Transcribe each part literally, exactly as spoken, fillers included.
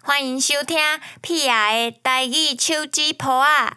欢迎收听屁爷的台语手指抱啊！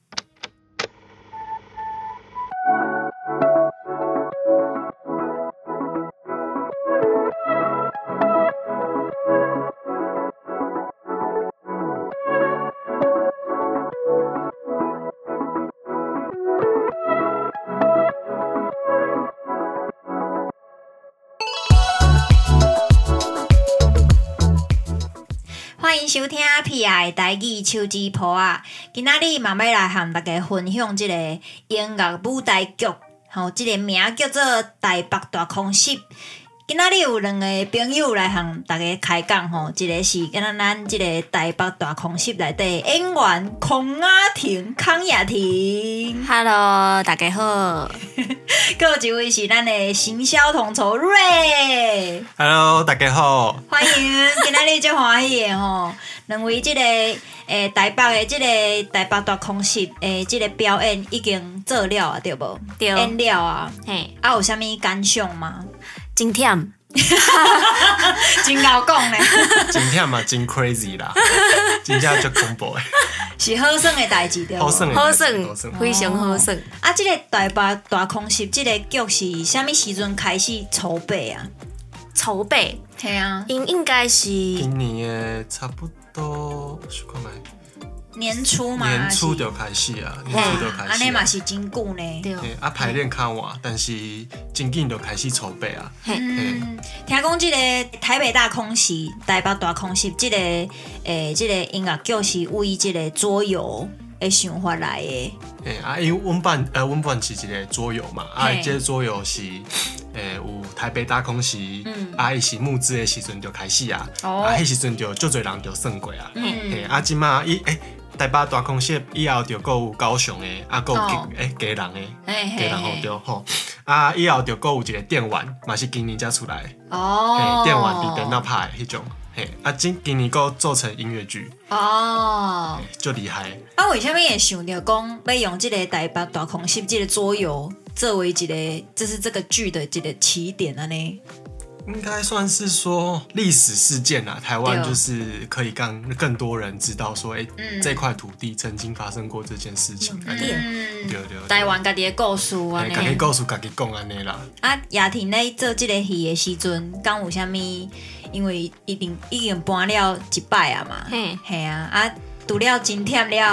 欢迎收听屁爷的台语手指抱啊！今仔日嘛要来和大家分享即个音乐舞台剧，吼，即个名叫做《台北大空袭》。今仔日有两个朋友来和大家开讲吼，一个是跟咱即个台北大空袭内底演员孔雅婷、康雅婷 ，Hello， 大家好。 还有一位是咱的行销统筹瑞 ，Hello， 大家好。 欢迎，今仔日足欢喜的吼，两位即、这个诶台北的即个台北大空袭诶即个表演已经做了啊，对无？ 对， 演了啊。 嘿， 啊有啥物感想吗？ 真忝， 真够讲咧， 真忝嘛，真 crazy 啦，真正足恐怖诶， 是好耍的代志对无？ 好耍， 好耍，非常好耍。 啊，即、这个台北大空袭即个剧是啥物时阵开始筹备啊？ 筹备， 系啊， 因应该是今年诶差不多，想看卖年初嘛， 年初就开始啊，年初就开始。 安尼嘛是真久呢。 对， 啊排练较晚，但是真紧就开始筹备啊。 嗯，听讲即个台北大空袭、台北大空袭，即、这个诶，即、这个音乐剧是为即个桌游的想法来的。 诶啊，因为阮办呃，阮办是一个桌游嘛，啊，即个桌游是诶有台北大空袭，嗯、啊，伊是募资的时阵就开始啊，哦、啊，迄时阵就足侪人就算过啊，嗯、啊，即马伊诶。台北大空袭以后就阁有高雄的，啊，阁有诶嘉人的，嘉人吼对吼，啊，以后就阁有一个电玩，嘛是今年才出来，哦，电玩伫电脑拍迄种，嘿，啊，今今年阁做成音乐剧，哦，就厉害。 啊，为虾米会想到讲要用这个台北大空袭这个桌游作为一个，这是这个剧的一个起点啊呢？ 应该算是说历史事件啊，台湾就是可以让更多人知道说，哎、欸嗯，这块土地曾经发生过这件事情。嗯， 对对，台湾家己的故事啊， 家己故事家己讲安尼啦。 啊，雅婷咧做这个戏的时阵，敢有啥物？因为一定已经搬了一摆啊嘛，嘿，嘿啊，啊，除了真忝了，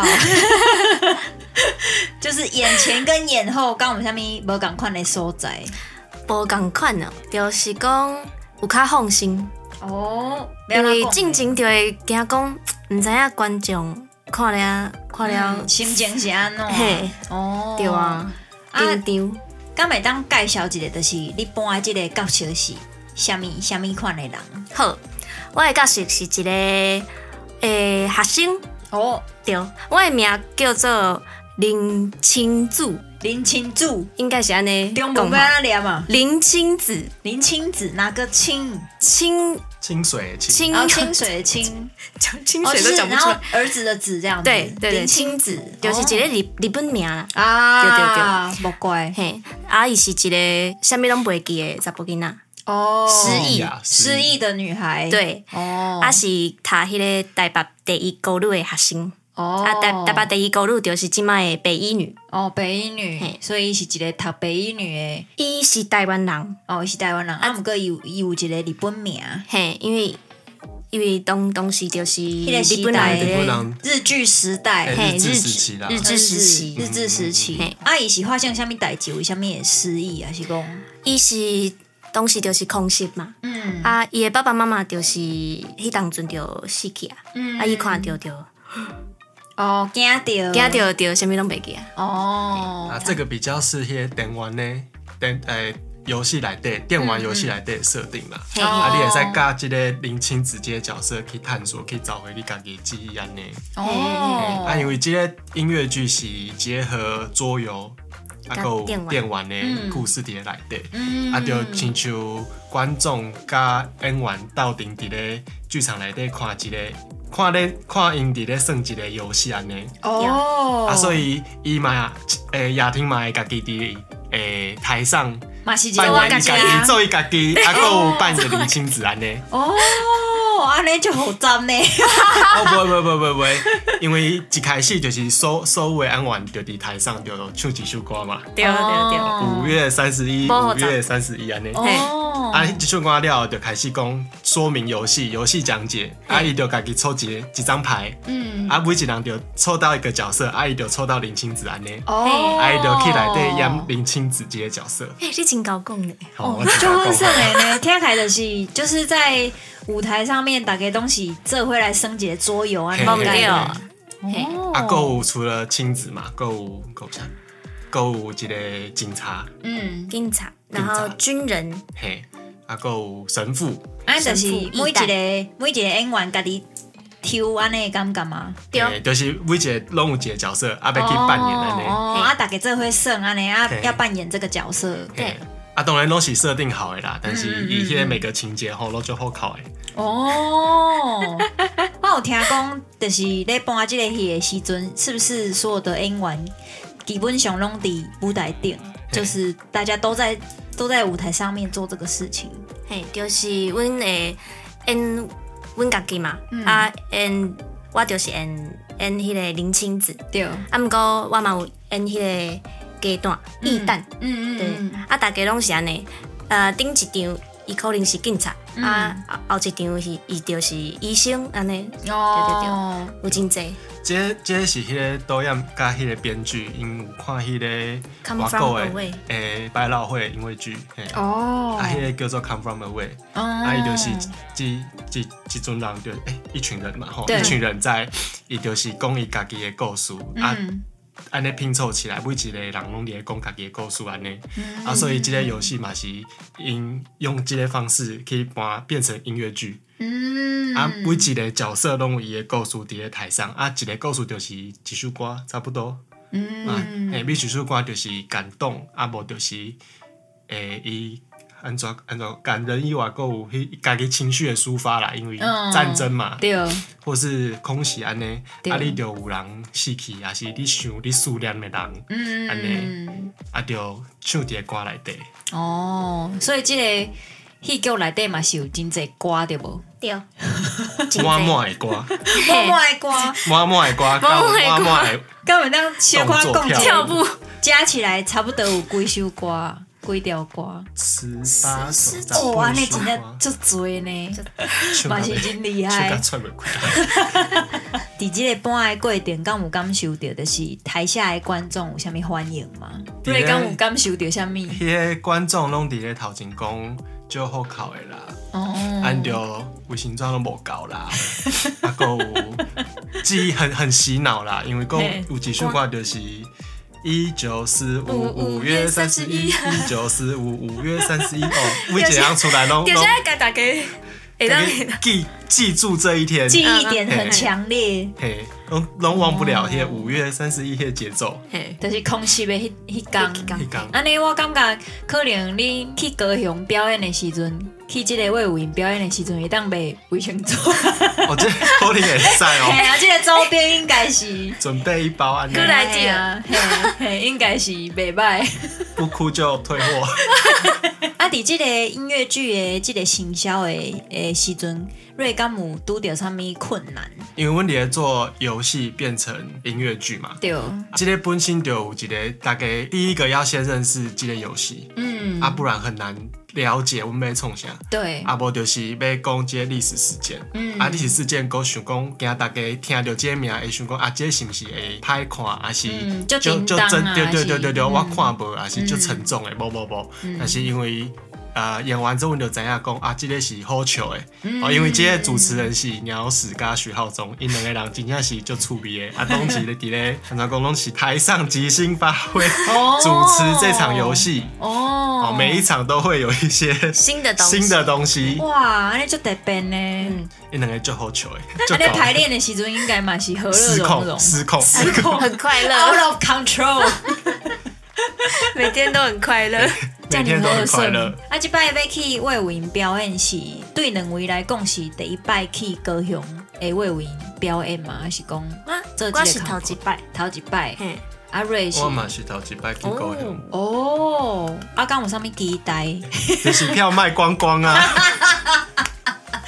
就是眼前跟眼后，敢有啥物无共款的所在？ 无共款哦，就是讲有较放心哦，因为进前就会惊讲，唔知影观众看了看了、 嗯、心情是安怎？ 嘿，哦，对啊，紧张。 敢会当介绍一个，就是你搬的这个角色是虾米虾米款的人？ 好，我的角色是一个诶学生哦，对，我的名叫做林清祖。 林清祖应该是安尼， 中文要安怎念啊？ 林清子， 林清子哪个清？ 清清水的清， 清哦，清水的清， 清水都讲不出来。 然后儿子的子这样子， 对对对， 林清子就是一个日日本名啦。 啊， 对对对， 莫怪。 嘿，啊，伊是一个啥物拢袂记的查甫囡仔。 哦， 失忆， 失忆的女孩。 对，哦，啊是读迄个台北第一高女的学生。哦，啊，台台北第一高女就是即摆的北一女。 哦，北一女，所以伊是一个读北一女的。 伊是台湾人， 哦，伊是台湾人，啊，毋过伊有伊有一个日本名。 嘿，因为因为当当时就是日本人的日据时代， 嘿，日治时期啦， 日治时期， 日治时期。啊，伊是发生啥物代志？为啥物会失忆啊？是讲伊是当时就是空袭嘛。嗯。啊，伊的爸爸妈妈就是迄当阵就死去啊。嗯。啊，伊看到就。 哦，惊到， 惊到到，什么拢袂记啊！ 哦，啊，这个比较是迄电玩呢，电诶游戏内底，电玩游戏内底设定啦。嗯、啊，你会使甲即个林清子这个角色去探索，去找回你家己记忆安尼。哦、啊，因为这个音乐剧是结合桌游。啊，有电玩的故事伫咧内底，嗯、啊，就亲像观众甲演员斗阵伫咧剧场内底看一个，看咧看因伫咧算一个游戏安尼。哦，啊，所以伊嘛，诶，雅婷嘛会家己伫诶台上扮演伊家己，做伊家己，啊，佮有扮演林清子安尼。哦。 安尼就好赞呢。 哦，不不不不不，因为一开始就是所所有的演员就伫台上就唱一首歌嘛。 对对对。 五月三十一，五月三十一安尼。哦。啊，这首歌了就开始讲说明游戏，游戏讲解。啊，伊就家己抽一一张牌。嗯。啊，每一人就抽到一个角色，啊，伊就抽到林青子安尼。哦。啊，伊就去内底演林青子这个角色。 哎，你真高讲呢。 哦，就很爽的呢。听起来就是就是在舞台上面大家东西，这会来升级的桌游啊， 忘掉。 哦。啊，还有除了亲子嘛，还有还有啥？还有一个警察。 嗯，警察，然后军人。 嘿，啊，还有神父。 啊，就是每一个每一个演员家己抽安尼感觉嘛。 对，就是每一个拢有一个角色，啊，要去扮演安尼。 哦，啊，大家这会算安尼啊，要扮演这个角色。 对。啊，当然拢是设定好的啦，但是伊迄每个情节吼，拢就好考的。 哦，我有听讲，就是咧搬这个戏的时阵，是不是所有的演员基本上拢伫舞台顶，就是大家都在都在舞台上面做这个事情。 嘿，就是阮会演阮家己嘛，嗯、啊演我就是演演迄个林青子， 对。 啊，毋过我嘛有演迄个。鸡蛋、义蛋，嗯嗯，对，啊，大家拢是安尼，呃，顶一场伊可能是警察，嗯、啊，后一场是伊就是医生安尼，哦，对对对，有真济。 这这是迄个导演甲迄个编剧，因有看迄个外国的诶百老汇音乐剧，哦，啊，迄个叫做《Come From Away》，啊，伊就是一一一群人就诶一群人嘛吼，一群人在，伊就是讲伊家己的故事啊。安尼拼凑起来，每一个人拢伫讲家己的故事安尼，嗯、啊，所以这个游戏嘛是因用这个方式可以把变成音乐剧，嗯，啊，每一个角色拢有伊的故事伫咧台上，啊，一个故事就是一首歌，差不多，嗯，啊，诶，每一首歌就是感动，啊，无就是诶伊。安怎安怎感人以外，还有迄家己情绪的抒发啦，因为战争嘛，对，或是空袭安尼，啊，你就有人死去，也是你想你思念的人，嗯，安尼，啊，就唱伫个歌内底。 哦，所以这个戏剧内底嘛是有真侪歌对无？ 对， 满满的歌， 满满的歌， 满满的歌，满满的， 根本当小夸共跳舞加起来差不多有几首歌。几条歌， 十八首， 哦，安尼真的足多呢，嘛是真厉害。伫这个搬的过程，敢有感受到，就是台下的观众有啥物反应吗？你敢有感受到啥物？ 迄个观众拢伫咧头前讲，就好考的啦，哦，按着卫生纸拢无够啦，啊，够记忆很很洗脑啦，因为讲有几首歌就是。一九四五五月三十一，一九四五五月三十一，哦，每一个人出来拢就是要大家记记住这一天， 记忆点很强烈， 嘿，拢拢忘不了迄五月三十一迄节奏， 嘿，就是空袭的迄迄天，迄天，安尼我感觉可能你去高雄表演的时阵。去这个魏武营表演的时阵，会当买卫生纸。 哦，这可能会使哦。 嘿啊，这个周边应该是准备一包安尼。 过来听啊，嘿，嘿，应该是袂歹。 不哭就退货。 啊，伫这个音乐剧的这个行销的诶时阵，瑞敢有拄到啥物困难？ 因为阮伫咧做游戏变成音乐剧嘛，对。这个本身就有一个大概第一个要先认识这个游戏，嗯，啊，不然很难。了解阮要创啥，对，啊无就是要讲这历史事件，嗯，啊历史事件，佫想讲，惊大家听到这名会想讲啊，这是毋是会歹看，还是就就真， 对对对对对，我看无，还是就沉重的，无无无，但是因为。呃，演完之后就知影讲啊，这个是好笑的、嗯、哦，因为这个主持人是鸟屎加徐浩中，因两个人真正是就趣味的，啊，拢是咧伫咧，常常讲拢是台上即兴发挥，哦、主持这场游戏哦，哦，每一场都会有一些新的东西， 新的东西， 哇，安尼就特别呢， 嗯，因两个就好笑的， 安尼排练的时阵应该嘛是和乐融融， 失控， 失控，很快乐 ，out of control， 每天都很快乐。 每天都很快乐。 啊，这摆要去魏武营表演是对两位来讲是第一摆去高雄的魏武营表演嘛？还是讲啊？我是头一摆， 头一摆。阿瑞是， 我嘛是头一摆去高雄。 哦，啊，敢有啥物期待？ 就是票卖光光啊！ 等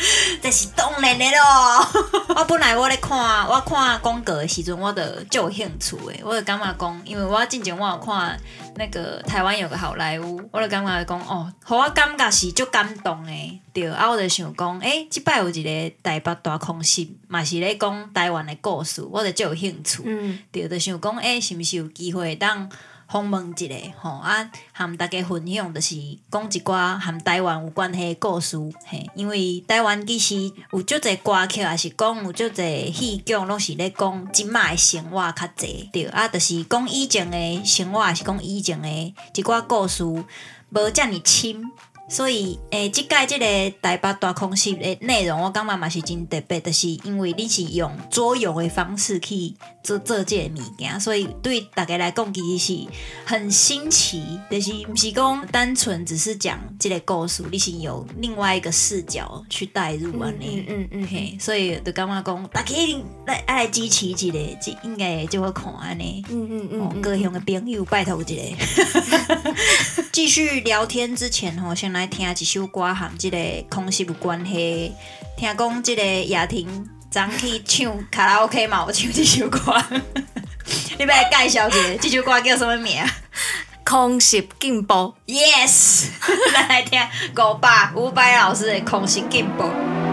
就是当然的咯。我本来我咧看，我看广告的时阵，我就就有兴趣的，我就感觉讲，因为我之前我有看那个台湾有个好莱坞，我就感觉讲，哦，互我感觉是足感动的，对。啊，我就想讲，诶、欸，即摆有一个台北大空袭，嘛是咧讲台湾的故事，我就就有兴趣，嗯，对，就想讲，诶、欸，是毋是有机会当访问一下吼啊，和大家分享，就是讲一寡和台湾有关系的故事嘿。因为台湾其实有足侪歌曲，也是讲有足侪戏剧，拢是咧讲即卖的生活较侪，对啊，就是讲以前的生活，也是讲以前的一寡故事，无遮尔深。所以，诶，即届即个台北大空袭的内容，我感觉嘛是真特别，就是因为你是用桌游的方式去做做这个物件，所以对大家来讲其实是很新奇，就是毋是讲单纯只是讲这个故事，你是有另外一个视角去带入安尼，嗯嗯嗯嘿，所以就感觉讲大家一定来爱来支持一个，应该就会看安尼，嗯嗯嗯，哦，各乡的朋友拜托一个。继续聊天之前吼，先来听一首歌，和这个空袭有关系。听讲这个雅婷昨去唱卡拉 OK 嘛，有唱这首歌。你要来介绍一下这首歌叫什么名？ 空袭进步 ，Yes， 咱来听五百伍佰老师的《空袭进步》。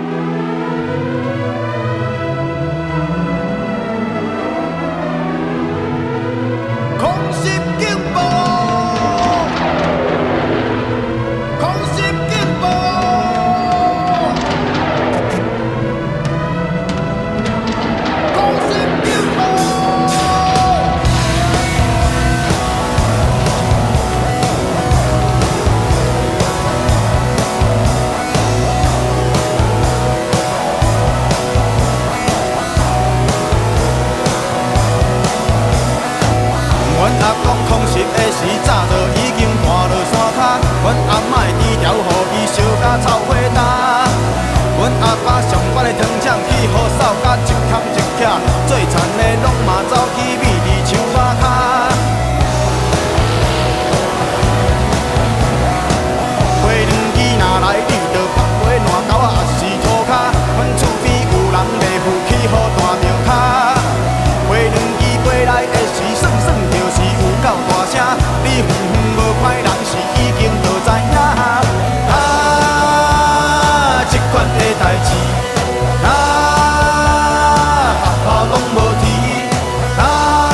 空袭进步。早就已經搬落山骹，阮阿嬷低調，予伊燒甲臭火焦。阮阿爸上班的糖廠去雨掃，甲一坎一徛，最慘的攏嘛走去秘佇樹仔骹。花兩枝若來，你着拍花爛狗仔，也是塗骹。阮厝邊有人賣富去予彈着骹。花兩枝飛來的時，算算就是有夠大聲。你遠遠無歹人是已經就知影，啊，這款的代誌，啊，學校攏無提，啊。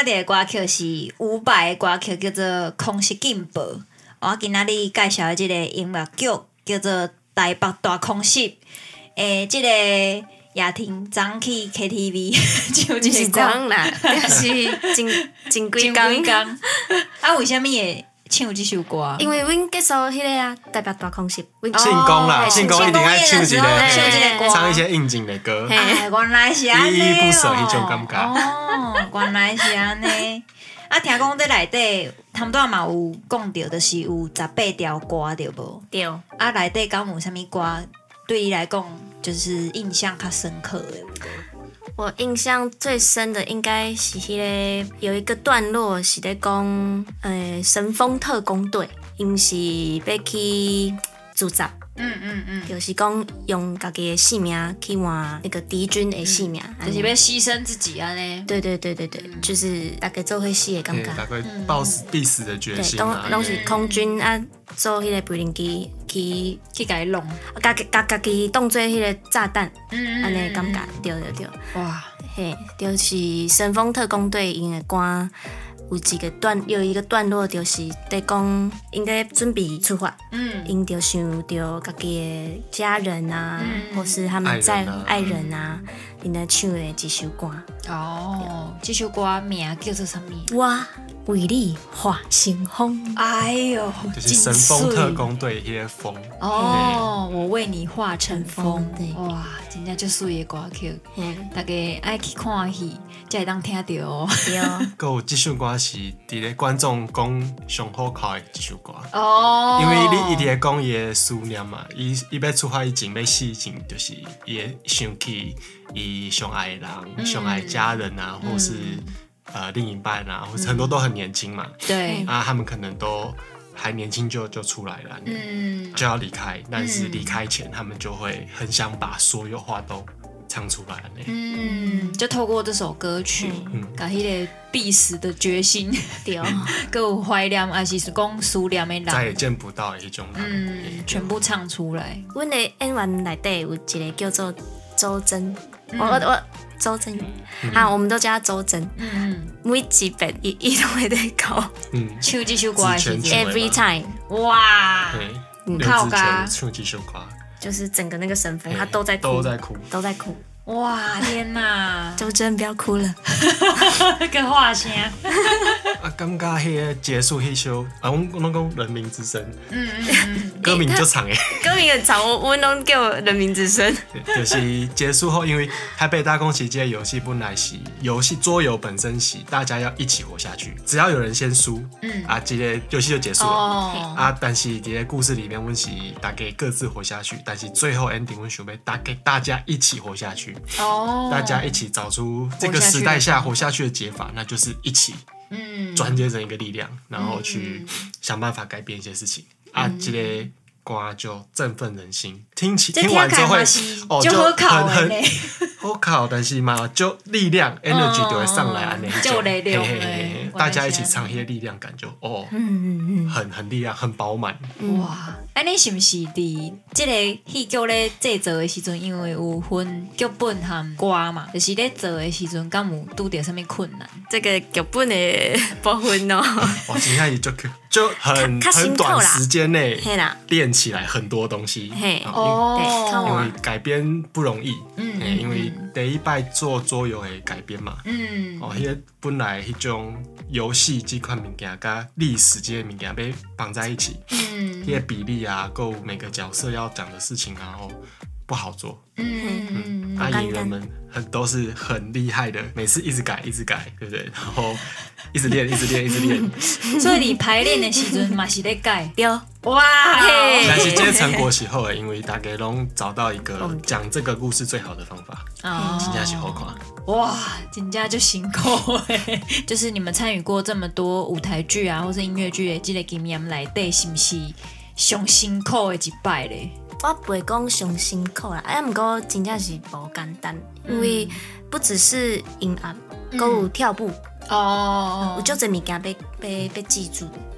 到的歌曲是伍佰的歌曲，叫做《空隙进步》。我今仔日介绍的即个音乐剧叫做《台北大空隙》。诶，即、這个夜婷昨去 K T V 唱即个歌， 啦，是真真几真工。 啊，为虾米会唱即首歌？ 因为阮结束迄个啊，台北大空隙，阮庆功啦，庆功一定爱唱一个， 唱一个歌， 唱一些应景的歌。 哎，原来是安尼依依不舍迄种感觉。 哦，原来是安尼。啊，听讲在内底，他们都嘛有讲到，就是有十八条歌，对无？ 对。 啊，内底敢有啥物歌对你来讲，就是印象较深刻的？ 我印象最深的应该是迄个有一个段落是在讲，呃，神风特工队，因是要去驻扎。 嗯嗯嗯， 就是讲用家己的性命去换那个敌军的性命， 嗯、就是要牺牲自己啊呢。 对对对对对，嗯、就是大家做伙死的感觉， 大概抱死必死的决心啊。 对，拢是空军啊，做迄个飞行机去去甲伊弄， 家己家家己当做迄个炸弹， 嗯安尼感觉，对对对。 哇， 嘿，就是神风特工队因的歌。有一个段，有一个段落就是在讲，应该准备出发，嗯，因就想到家己的家人啊，嗯、或是他们在爱人啊，因在唱的这首歌。 哦，这首歌名叫做什么？ 我为你化成风。 哎呦， 就是神风特工队迄个风。 哦，我为你化成风。哇，真正就水的歌曲，大家爱去看戏，才会当听到哦。 对。 还有这首歌是伫咧观众讲上好看的一首歌。 哦。 因为你一直在讲伊的思念嘛，伊伊要出发以前要死以前，就是伊会想起伊上爱的人、上、嗯、爱的家人啊，或是、嗯、呃另一半啊，或是很多都很年轻嘛。 对。 啊，他们可能都还年轻就就出来了，嗯，就要离开，但是离开前，他们就会很想把所有话都唱出来呢。 嗯，就透过这首歌曲，嗯，把迄个必死的决心，对，还有怀念，还是讲思念的人， 再也见不到的一种人， 嗯，全部唱出来。 阮的演员内底有一个叫做周真，嗯、我我周真、嗯、啊，我们都叫他周真。嗯嗯，每一遍伊伊都会在讲，嗯， 唱这首歌的时间 ，every time， 哇， 嗯，靠噶，唱这首歌， 就是整个那个神风，他都在哭， 都在哭， 都在哭。 哇，天哪！ 周真不要哭了， 个话声。 啊，感觉迄个结束迄首啊，阮拢讲人民之声，嗯嗯嗯，歌名就长诶， 歌名很长，我阮拢叫人民之声。 就是结束后，因为台北大空袭这个游戏本来是游戏桌游本身是大家要一起活下去，只要有人先输，嗯啊，这个游戏就结束了。哦、啊，但是这个故事里面，阮是大家各自活下去，但是最后 ending 阮想要大家大家一起活下去。哦，大家一起找出这个时代下活下去的解法，那就是一起，嗯，团结成一个力量，然后去想办法改变一些事情。嗯、啊，这个歌就振奋人心，听起听完之后会哦，就很很好考，但是嘛，就力量 energy 就会上来啊，那就力量， 大家一起唱，那些力量感就哦，嗯嗯很很力量，很饱满。 哇！啊，你是不是伫这个戏剧咧制作的时阵，因为有分剧本和歌嘛，就是咧做的时阵，敢有拄到什么困难？ 这个剧本的部分哦， 哇，今天就就很很短时间内练起来很多东西。哦，因为改编不容易，嗯，因为第一摆做桌游的改编嘛，嗯，哦，迄个本来迄种游戏这款物件跟历史这些物件被绑在一起，嗯，迄个比例啊，够每个角色要讲的事情，然后不好做，嗯嗯，啊，演员们很都是很厉害的，每次一直改，一直改，对不对？然后一直练，一直练，一直练。 所以你排练的时阵嘛是在改， 对， 哇！ 但是这些成果是好的，因为大家拢找到一个讲这个故事最好的方法，哦，真正是好看。 哇，真正就辛苦诶！就是你们参与过这么多舞台剧啊，或是音乐剧的这个经验内底，是不是上辛苦的一摆咧？ 我不会讲上辛苦啦，哎，不过真正是不简单，因为不只是音乐，还有跳舞。哦，有足侪物件被被被记住，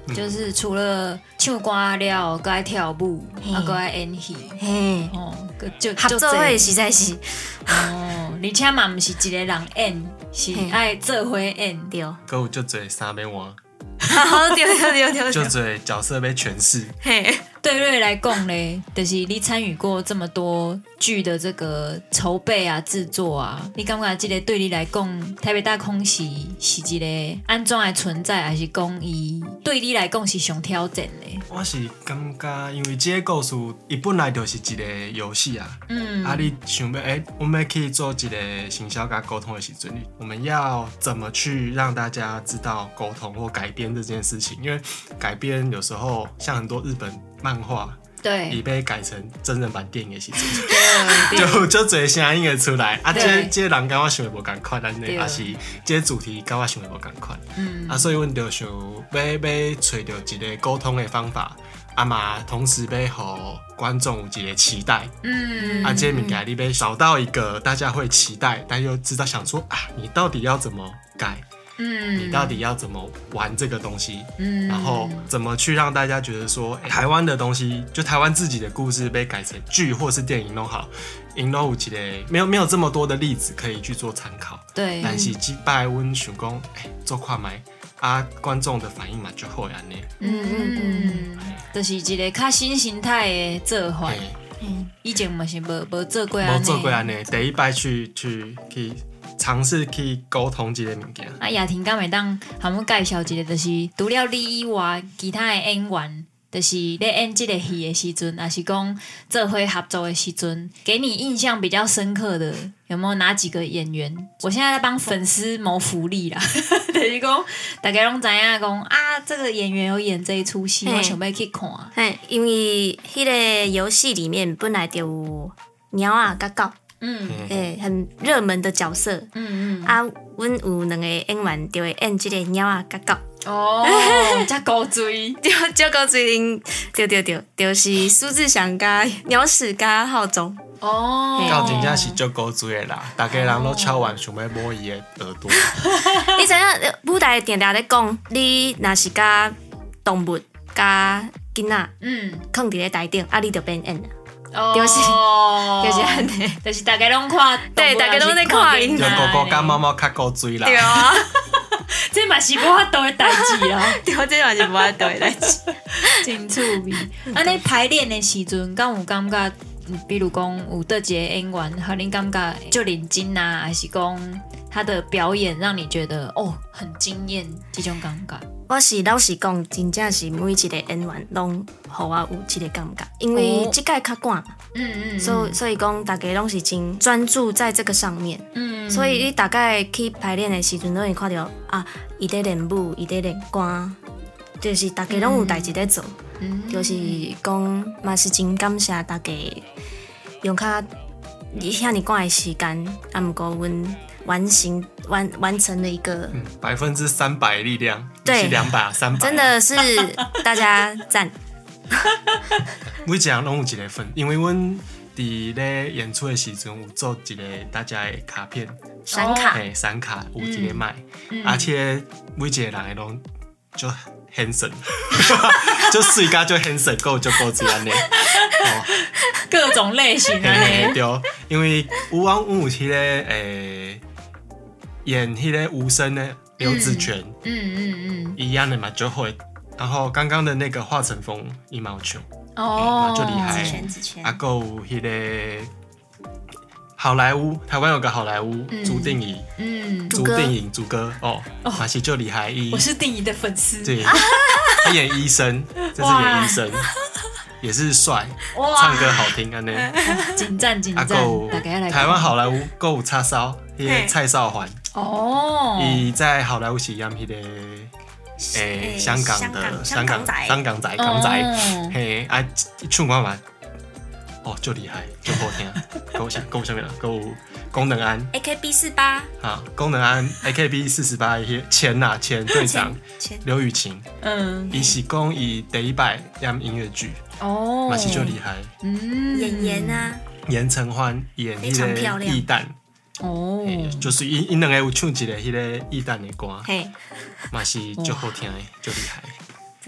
就是除了唱歌了，搁爱跳舞，啊，搁爱演戏， 嘿， 哦，就合作伙实在是， 哦，而且嘛毋是一个人演，是爱做伙演， 对， 搁有足侪衫要换， 对对对对， 足侪角色要诠释， 嘿。 对瑞来讲嘞，就是你参与过这么多剧的这个筹备啊、制作啊，你感觉这个对你来讲，台北大空是是一个安怎的存在，还是讲伊对你来讲是上挑战的？ 我是感觉，因为这个故事伊本来就是一个游戏啊，嗯，啊，你想要诶，我们可以做一个行销跟沟通的时阵，我们要怎么去让大家知道沟通或改编这件事情？因为改编有时候像很多日本漫画， 对， 已被改成真人版电影的时阵，就就侪声音会出来啊！这这人跟我想的无共款，安尼，还是这主题跟我想的无共款，嗯啊，所以阮就想要要找到一个沟通的方法，啊嘛，同时要互观众有一个期待，嗯啊，这物件你要找到一个大家会期待，但又知道想说啊，你到底要怎么改？嗯，你到底要怎么玩这个东西？嗯，然后怎么去让大家觉得说，欸、台湾的东西，就台湾自己的故事被改成剧或是电影都好，因都有一个没有没有这么多的例子可以去做参考。 对， 但是击败温想讲，哎、欸，做看卖啊，观众的反应嘛就好安尼。 嗯嗯嗯，就是一个较新形态的做法。嗯，以前嘛是无无做过安尼， 无做过安尼，第一摆去去去。尝试去沟通这个物件。 啊，雅婷敢会当含阮介绍一个，就是除了你以外，其他的演员，就是咧演这个戏的时阵，还是讲做伙合作的时阵，给你印象比较深刻的，有没有哪几个演员？我现在在帮粉丝谋福利啦，就是讲大家拢知影讲啊，这个演员有演这一出戏，我想要去看。 嘿，因为迄个游戏里面本来就有猫啊、甲狗。嗯，诶，很热门的角色。嗯嗯。啊，阮有两个演员就会演这个猫啊、甲狗。 哦，遮高追， 对，遮高追零，对对对，就是苏志祥加鸟屎加浩中。 哦， 到真正是足高追的啦，大家人都敲完想要摸伊的耳朵。 你知影舞台定定咧讲，你若是加动物加囡仔，嗯，放伫咧台顶，啊，你就变演了。 哦， 就是就是安尼， 就是大家拢看， 对，大家拢在看因。 就狗狗甲猫猫较高追啦。 对啊， 这嘛是无法度的代志啊。 对，这嘛是无法度的代志。 真趣味。安尼排练的时阵，敢有感觉，比如讲有倒一个演员，互恁感觉就认真啊，还是讲他的表演让你觉得哦很惊艳，这种感觉？ 我是老实讲，真正是每一个演员拢互我有这个感觉，因为这届较赶嘛，嗯嗯，所以所以讲大家拢是真专注在这个上面，嗯，所以你大概去排练的时阵，都会看到啊，伊在练舞，伊在练歌，就是大家拢有代志在做，嗯，就是讲嘛是真感谢大家用较遐尼赶的时间，啊，毋过阮。完成完完成了一个百分之三百力量， 对， 两百三百， 真的是大家赞。 每一人拢有一个份，因为阮伫咧演出的时阵有做一个大家的卡片， 闪卡， 嘿，闪卡有一个卖，嗯、而且每一个人的拢就 handsome， 就水甲就 handsome， 够就够这样呢。哦， 各种类型啊， 对，因为有往有迄个诶。演迄个无声的刘子权，嗯嗯嗯，一样的嘛就会，然后刚刚的那个华晨峰一毛球，哦，就厉害， 子权子权， 啊够迄个好莱坞，台湾有个好莱坞朱定仪，嗯，朱定仪朱哥，哦，马西就厉害， 我是定仪的粉丝， 对，他演医生，这是演医生。也是帅，唱歌好听啊！呢， 紧赞紧赞，大家来。 台湾好莱坞够有叉烧，迄个蔡少环哦， 伊在好莱坞是演迄个诶香港的香港香港仔港仔，嘿啊唱歌嘛，哦就厉害，就好听，够啥够啥物啦？够功能安 A K B 四八， 好功能安 A K B 四十八一些前呐前队长刘雨晴，嗯，伊是讲伊第一摆演音乐剧。哦，马西就厉害， 嗯，演员啊， 严承欢演迄个易蛋，哦，就是因因两个有唱一个迄个易蛋的歌，嘿，马西就好听的，就厉害，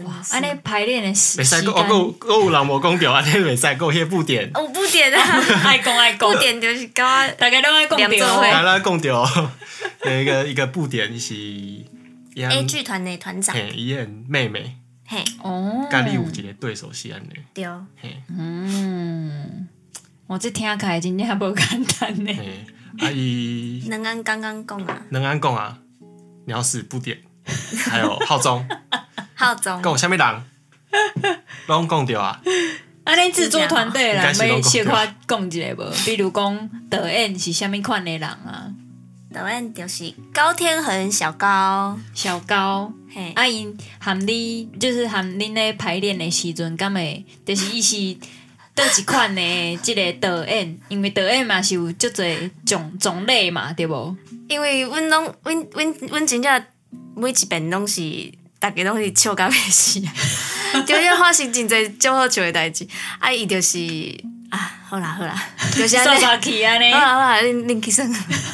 哇，安尼排练的时袂使， 间， 我有我有人无讲着，安尼袂使，有迄布点。 有布点啊， 爱讲爱讲， 布点就是甲大家都爱讲对哦。 来啦，讲着有一个一个布点是 A 剧团的团长， 嘿，伊演妹妹， 嘿， 哦， 甲你有一个对手是安尼， 对， 嘿， 嗯，我这听起来真正无简单呢。 嘿，啊伊能安刚刚讲啊， 能安讲啊，鸟屎布点，还有浩中， 浩中， 讲有啥物人，拢讲着啊。 安尼制作团队啦， 应该是要小可讲一下无？比如讲导演是啥物款的人啊？ 导演就是高天恒小高， 小高， 嘿， 啊因含你就是含恁咧排练的时阵，敢会就是伊是倒一款的即个导演，因为导演嘛是有足侪种种类嘛，对无？ 因为阮拢阮阮阮真正每一遍拢是，逐个拢是笑甲要死啊，就是发生真侪足好笑的代志，啊伊就是啊，好啦好啦，就是安刷尼。 刷去安尼好，啦好啦，恁恁去算，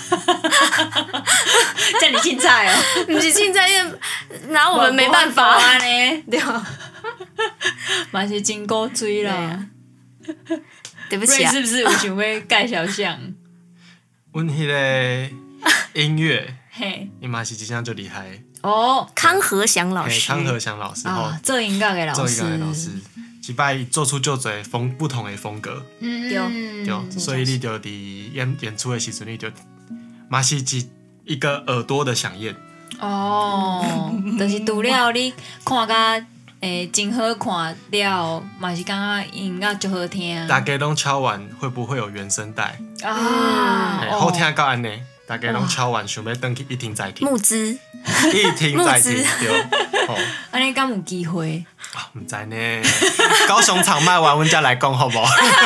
叫你凊彩哦， 不是凊彩，因为拿我们没办法安尼， 对， 嘛是真古锥啦。 对不起啊瑞是，不是有想要介绍项？ 阮迄个音乐， 嘿， 伊嘛是真正就厉害， 哦康和祥老嘿， 师， 康和祥老师吼啊，，做音乐的老做一师， 个老师，一摆做出就侪风不同的风格， 嗯， 对，所以你就伫演演出的时阵，你就嘛是一一个耳朵的响应。 哦，就是除了你看甲诶真好看了，嘛是感觉音乐就好听。 大家拢敲完，会不会有原声带？ 啊嘿好听到安尼，大家拢敲完，想要登去一听再听， 募资， 一听再听， 募资对，哦， 安尼敢有机会？ 啊，唔知呢。高雄场卖完，阮才来讲好无？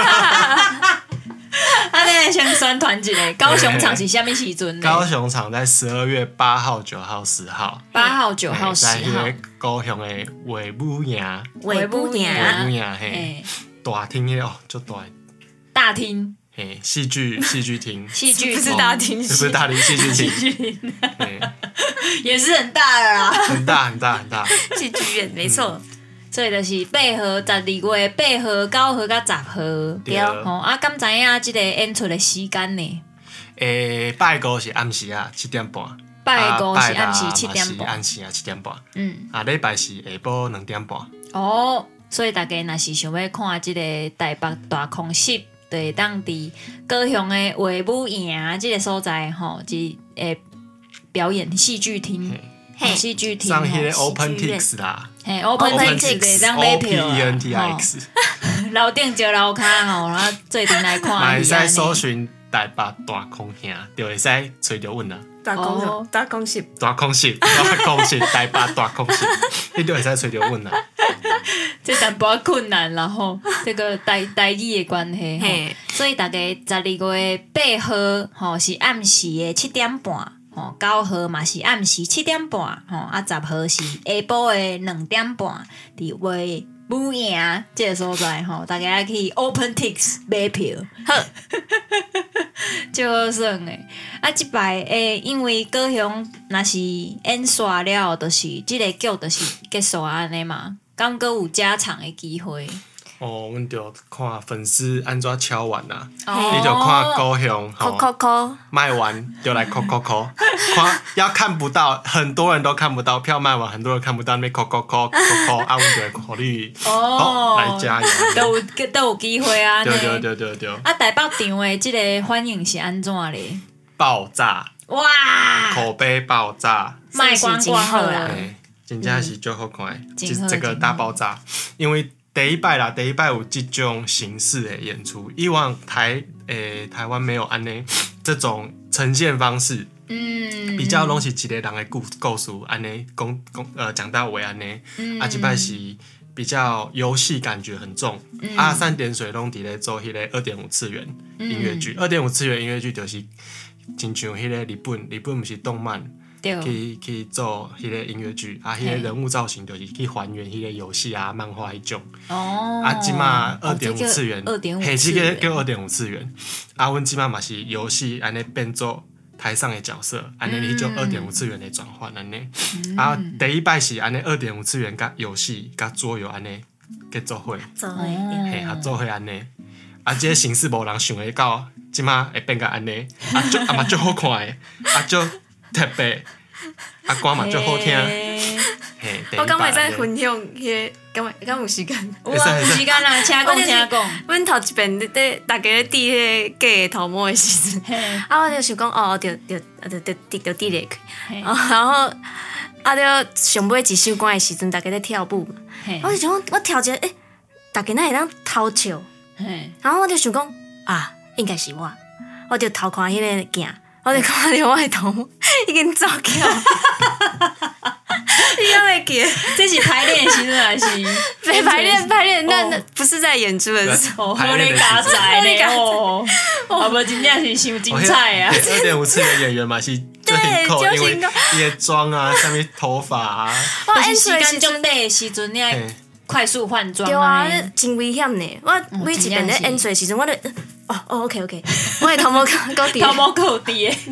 安尼先宣传一下，高雄场是啥物时阵呢？ 高雄场在十二月八号、九号、十号， 八号、九号、十号在迄个。高雄的画武营， 尾部画武年， 营嘿， 诶， 大厅迄哦，就大， 大厅嘿，戏剧戏剧厅， 戏剧不是厅大厅不是大厅戏剧厅， 戏剧厅嘿也是很大的啦。 很大很大很大， 戏剧院，没错， 所以就是八号、十二月八号、九号甲十号。 对哦，啊，敢知影即个演出的时间呢？ 诶，拜五是暗时啊七点半， 拜五是暗时啊七点半拜六嘛是暗。时啊七点半， 嗯， 啊礼拜是下晡两点半， 哦，所以大家若是想要看即个台北大空袭，就会当伫高雄的画武营即个所在吼，即诶表演戏剧厅， 嘿戏剧厅上迄个吼 Open 戏剧院 Tix 啦嘿 Open Open Tix Tix 会当买 ，O P 票 E 啊 N T I 吼 X， 楼顶招楼骹吼，然后做阵来嘛看伊会使搜安尼。 寻台北大空兄，就会使找着阮啦。 大哦公大公戏， 大空袭，大空袭，台北大空袭，你就会使找着阮啦。 这淡薄仔困难啦吼，这个台台语的关系吼嘿， 所以大家十二月八号吼是暗时的七点半。吼，九号嘛是暗时七点半，吼啊十号是下晡的两点半，伫画武营即个所在吼，大家去 Open Tix 买票， 好， 就好耍诶。啊，即摆诶，因为高雄若是演煞了，就是即个剧就是结束安尼嘛，敢搁有加场的机会。 哦，阮就看粉丝安怎敲完啦， 哦你就看高雄扣扣吼扣， 卖完就来扣扣扣，看要看不到，很多人都看不到，票卖完很多人看不到，那边扣扣扣扣扣，啊，阮就会考虑哦好来加油。 都有都有机会啊！ 对呢对对对对， 啊，台北场的即个反应是安怎咧？ 爆炸， 哇， 口碑爆炸， 卖光光好啦啦！ 哎，真正是就好看的， 真好就是这个大爆炸，因为。第一摆啦，第一摆有这种形式的演出，以往台诶、台湾没有安尼这种呈现方式， 嗯， 比较拢是一个人的故故事安尼讲讲呃讲到尾安尼， 嗯啊，这摆是比较游戏感觉很重， 嗯啊，三点水拢伫咧做迄个二点五次元音乐剧，二点五次元音乐剧就是亲像迄个日本，日本毋是动漫。 对， 去去做迄个音乐剧，啊，迄个人物造型就是去还原迄个游戏啊、漫画迄种。 哦， 啊，即马二点五次元， 二点五嘿， 次元， 这个叫二点五次元。啊，阮即马嘛是游戏安尼变做台上的角色，安尼迄种二点五次元的转换安尼。啊，第一摆是安尼二点五次元甲游戏甲桌游安尼结做伙， 做伙嘿，合做伙安尼。啊，即个形式无人想会到，即马会变甲安尼，啊，足啊嘛足好看的，啊足特别，啊歌嘛足好听。嘿， 我敢会使分享迄个，敢敢有时间？ 有啊，有时间啊，请讲，请讲。 阮头一遍咧，大家咧滴迄个假头毛的时阵，啊，我就想讲，哦，着着着着着着滴落去，然后啊，着上尾一首歌的时阵，大家咧跳舞嘛，我就想讲，我跳一个，诶，大家哪会当偷笑？然后我就想讲，啊，应该是我，我就偷看迄个镜，我就看到我的头毛已经走掉。你敢会记？ 这是排练的时阵还是？ 排排练排练，那那不是在演出的时候。 好咧加载咧哦，啊无真正是伤精彩啊！ 二点五次元演员嘛是最辛苦，因为伊的妆啊、下面头发啊， 就是时间足短的时阵，你爱快速换装。 对啊，真危险呢！我每一遍咧演出的时阵，我咧哦哦 OK OK， 我的头毛够低， 头毛够低的。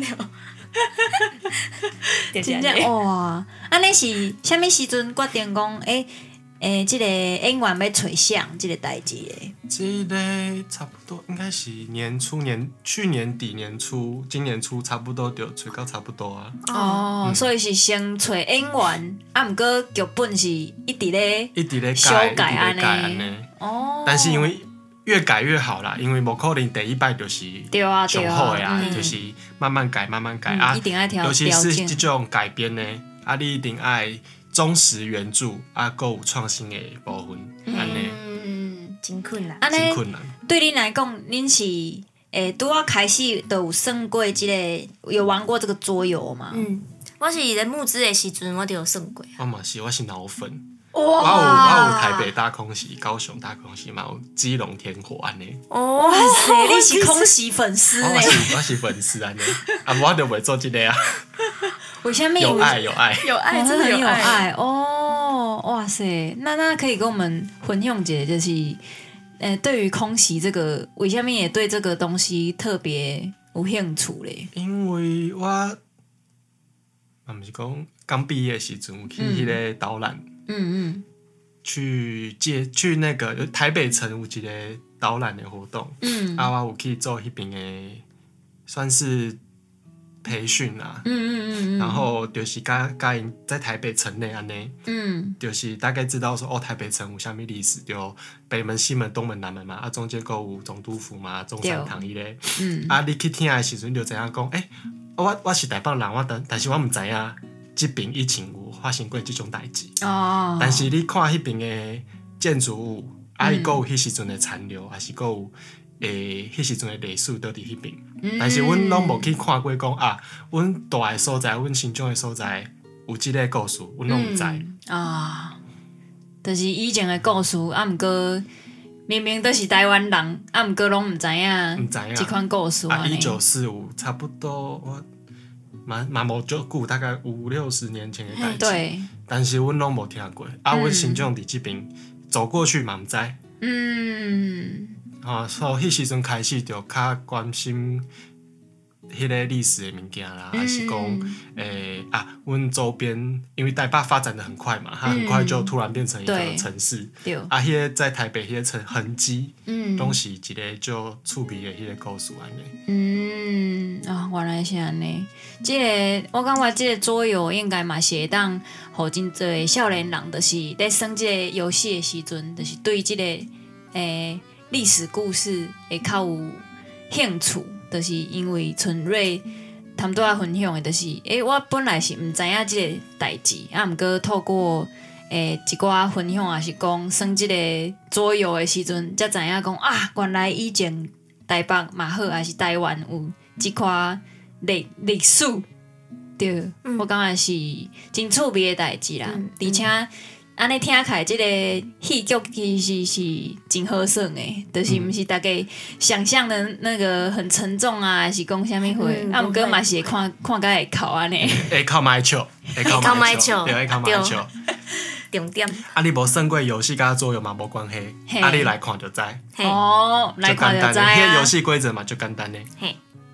真正哇！安尼是啥物时阵决定讲诶诶，即、欸这个演员要找相即个代志诶？ 这个差不多应该是年初年去年底年初，今年初差不多就找到差不多啊。 哦，嗯、所以是先找演员，啊，毋过剧本是一直咧一直咧修改安尼。 哦， 但是因为越改越好啦，因为无可能第一摆就是上好的啊，就是慢慢改慢慢改、嗯、啊， 一定要调， 尤其是这种改编呢，啊，你一定爱忠实原著啊，够有创新的部分，安尼， 嗯，真困难， 真困难。 对恁来讲，恁是诶，拄啊开始都有算过即、这个，有玩过这个桌游吗？ 嗯，我是咧募资的时阵，我就有算过。 我嘛是，我是脑粉。 哇！ 我有我有台北大空袭、高雄大空袭嘛，有基隆天火安尼。 哦，哇塞，你是空袭粉丝呢？ 我是我是粉丝安尼，啊，我就袂做这个啊。 为什么？ 有爱有爱有爱， 真的有爱哦！哇塞，那那可以跟我们分享一下，就是呃，对于空袭这个，为什么也对这个东西特别有兴趣嘞？ 因为我啊，毋是讲刚毕业的时阵有去迄个导览。嗯嗯，去借去那个台北城有一个导览的活动，嗯，啊，我有去做迄边的算是培训啦，嗯嗯嗯嗯，然后就是甲甲因在台北城内安尼，嗯，就是大概知道说哦，台北城有啥物历史，就北门、西门、东门、南门嘛，啊，中间还有总督府嘛，中山堂迄个，嗯，啊，你去听的时阵就知影讲，诶、欸，我我是台北人，我但但是我毋知影。即边以前有发生过即种代志，哦、但是你看迄边的建筑物，啊，伊、嗯、有迄时阵的残留，还是有诶迄时阵的历史都伫迄边。嗯、但是阮拢无去看过讲啊，阮住的所在，阮成长的所在有即个故事，阮拢毋知。啊、 嗯哦，就是以前的故事，啊，毋过明明都是台湾人，啊，毋过拢毋知影， 毋知影即款故事啊。一九四五差不多我。嘛嘛无足久，大概五六十年前的代志。对。但是阮拢无听过，啊，阮成长伫即边走过去嘛毋知。嗯。啊，所以迄时阵开始就较关心迄个历史的物件啦，还是讲诶、欸、啊，阮周边因为台北发展的很快嘛，它很快就突然变成一个城市。对。啊，迄个在台北迄个城痕迹，嗯，拢是一个就趣味的迄个故事安尼。 嗯啊，原来是安尼。即、這個我感覺即個桌遊應該嘛是會當，互真濟少年人，就是在耍即個遊戲的時陣，就是對即、這個誒歷史故事會較有興趣。就是因為春瑞他們都要分享的，就是誒、欸，我本來是毋知影即個代誌，啊，毋過透過誒、欸、一寡分享，也是講耍即個桌遊的時陣，才知影講啊，原來以前台北嘛好，還是台灣有即款歷歷史，對，嗯、我感覺是真趣味的代誌啦，嗯、而且。安尼聽起來，即個戲劇其實是真好耍的，就是毋是大家想象的那個很沉重啊，還是講啥物貨，啊，毋過嘛是會看看甲會哭安尼。 會哭買笑，會哭買笑，對，會哭買笑。 重點。 啊，你無耍過遊戲甲桌遊嘛無關係，啊，你來看就知。 哦，來看就知啊。 迄個遊戲規則嘛就簡單嘞。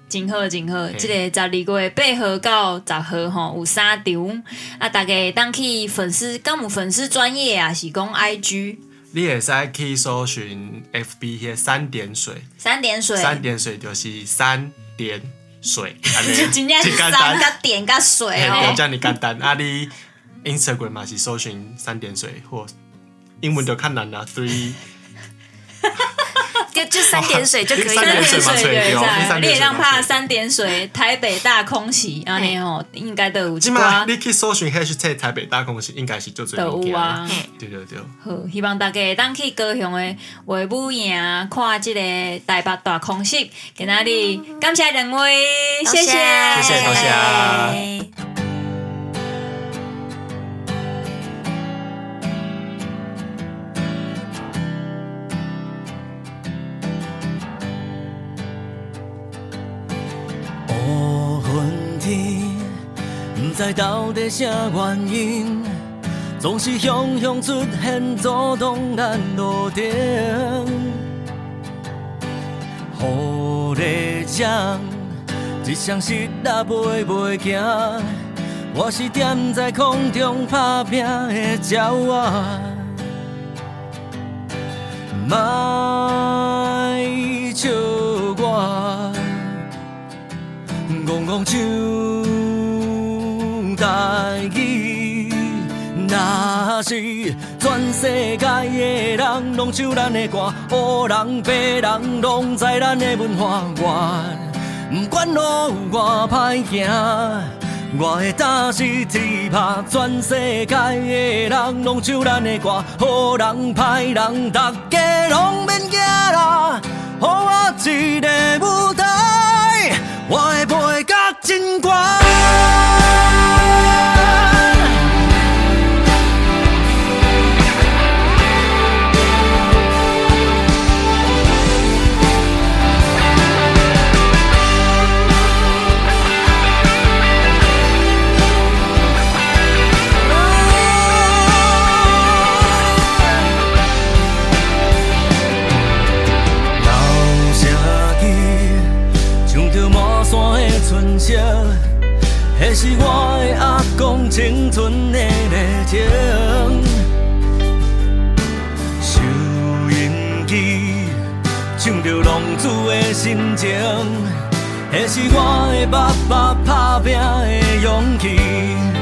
真好真好，即、這個十二月八號到十號吼有三場，啊，大家當去粉絲，敢有粉絲專頁啊，是講 I G。 你會使去搜尋 F B 迄三點水， 三點水， 三點水就是三點水， 就真正是三甲點甲水哦， 就這麼簡單。啊，你 Instagram 嘛是搜尋三點水，或英文就較難啦 ，three。 就就三點水就可以了， 三點水就會使，你會當拍三點水台北大空襲，安尼吼應該都有一寡。 你去搜尋 hashtag 台北大空襲，應該是就最物件。 啊， 對對對。 好，希望大家會當去高雄的衛武營看這個台北大空襲。今仔日感謝兩位，謝謝， 謝謝，多謝。 不知到底啥原因，總是向向出現阻擋咱路程。予你將一雙失力袂袂行，我是踮在空中打拼的鳥仔。莫笑我，戇戇唱。台語，若是全世界的人攏唱咱的歌，黑人白人攏知咱的文化源。不管路有偌歹行，我會打死鐵拍。全世界的人攏唱咱的歌，好人歹人，大家攏免驚啦。予我一個舞台，我會陪甲真懸。那是我的阿公青春的熱情，收音機唱着浪子的心情，那是我的爸爸打拼的勇氣。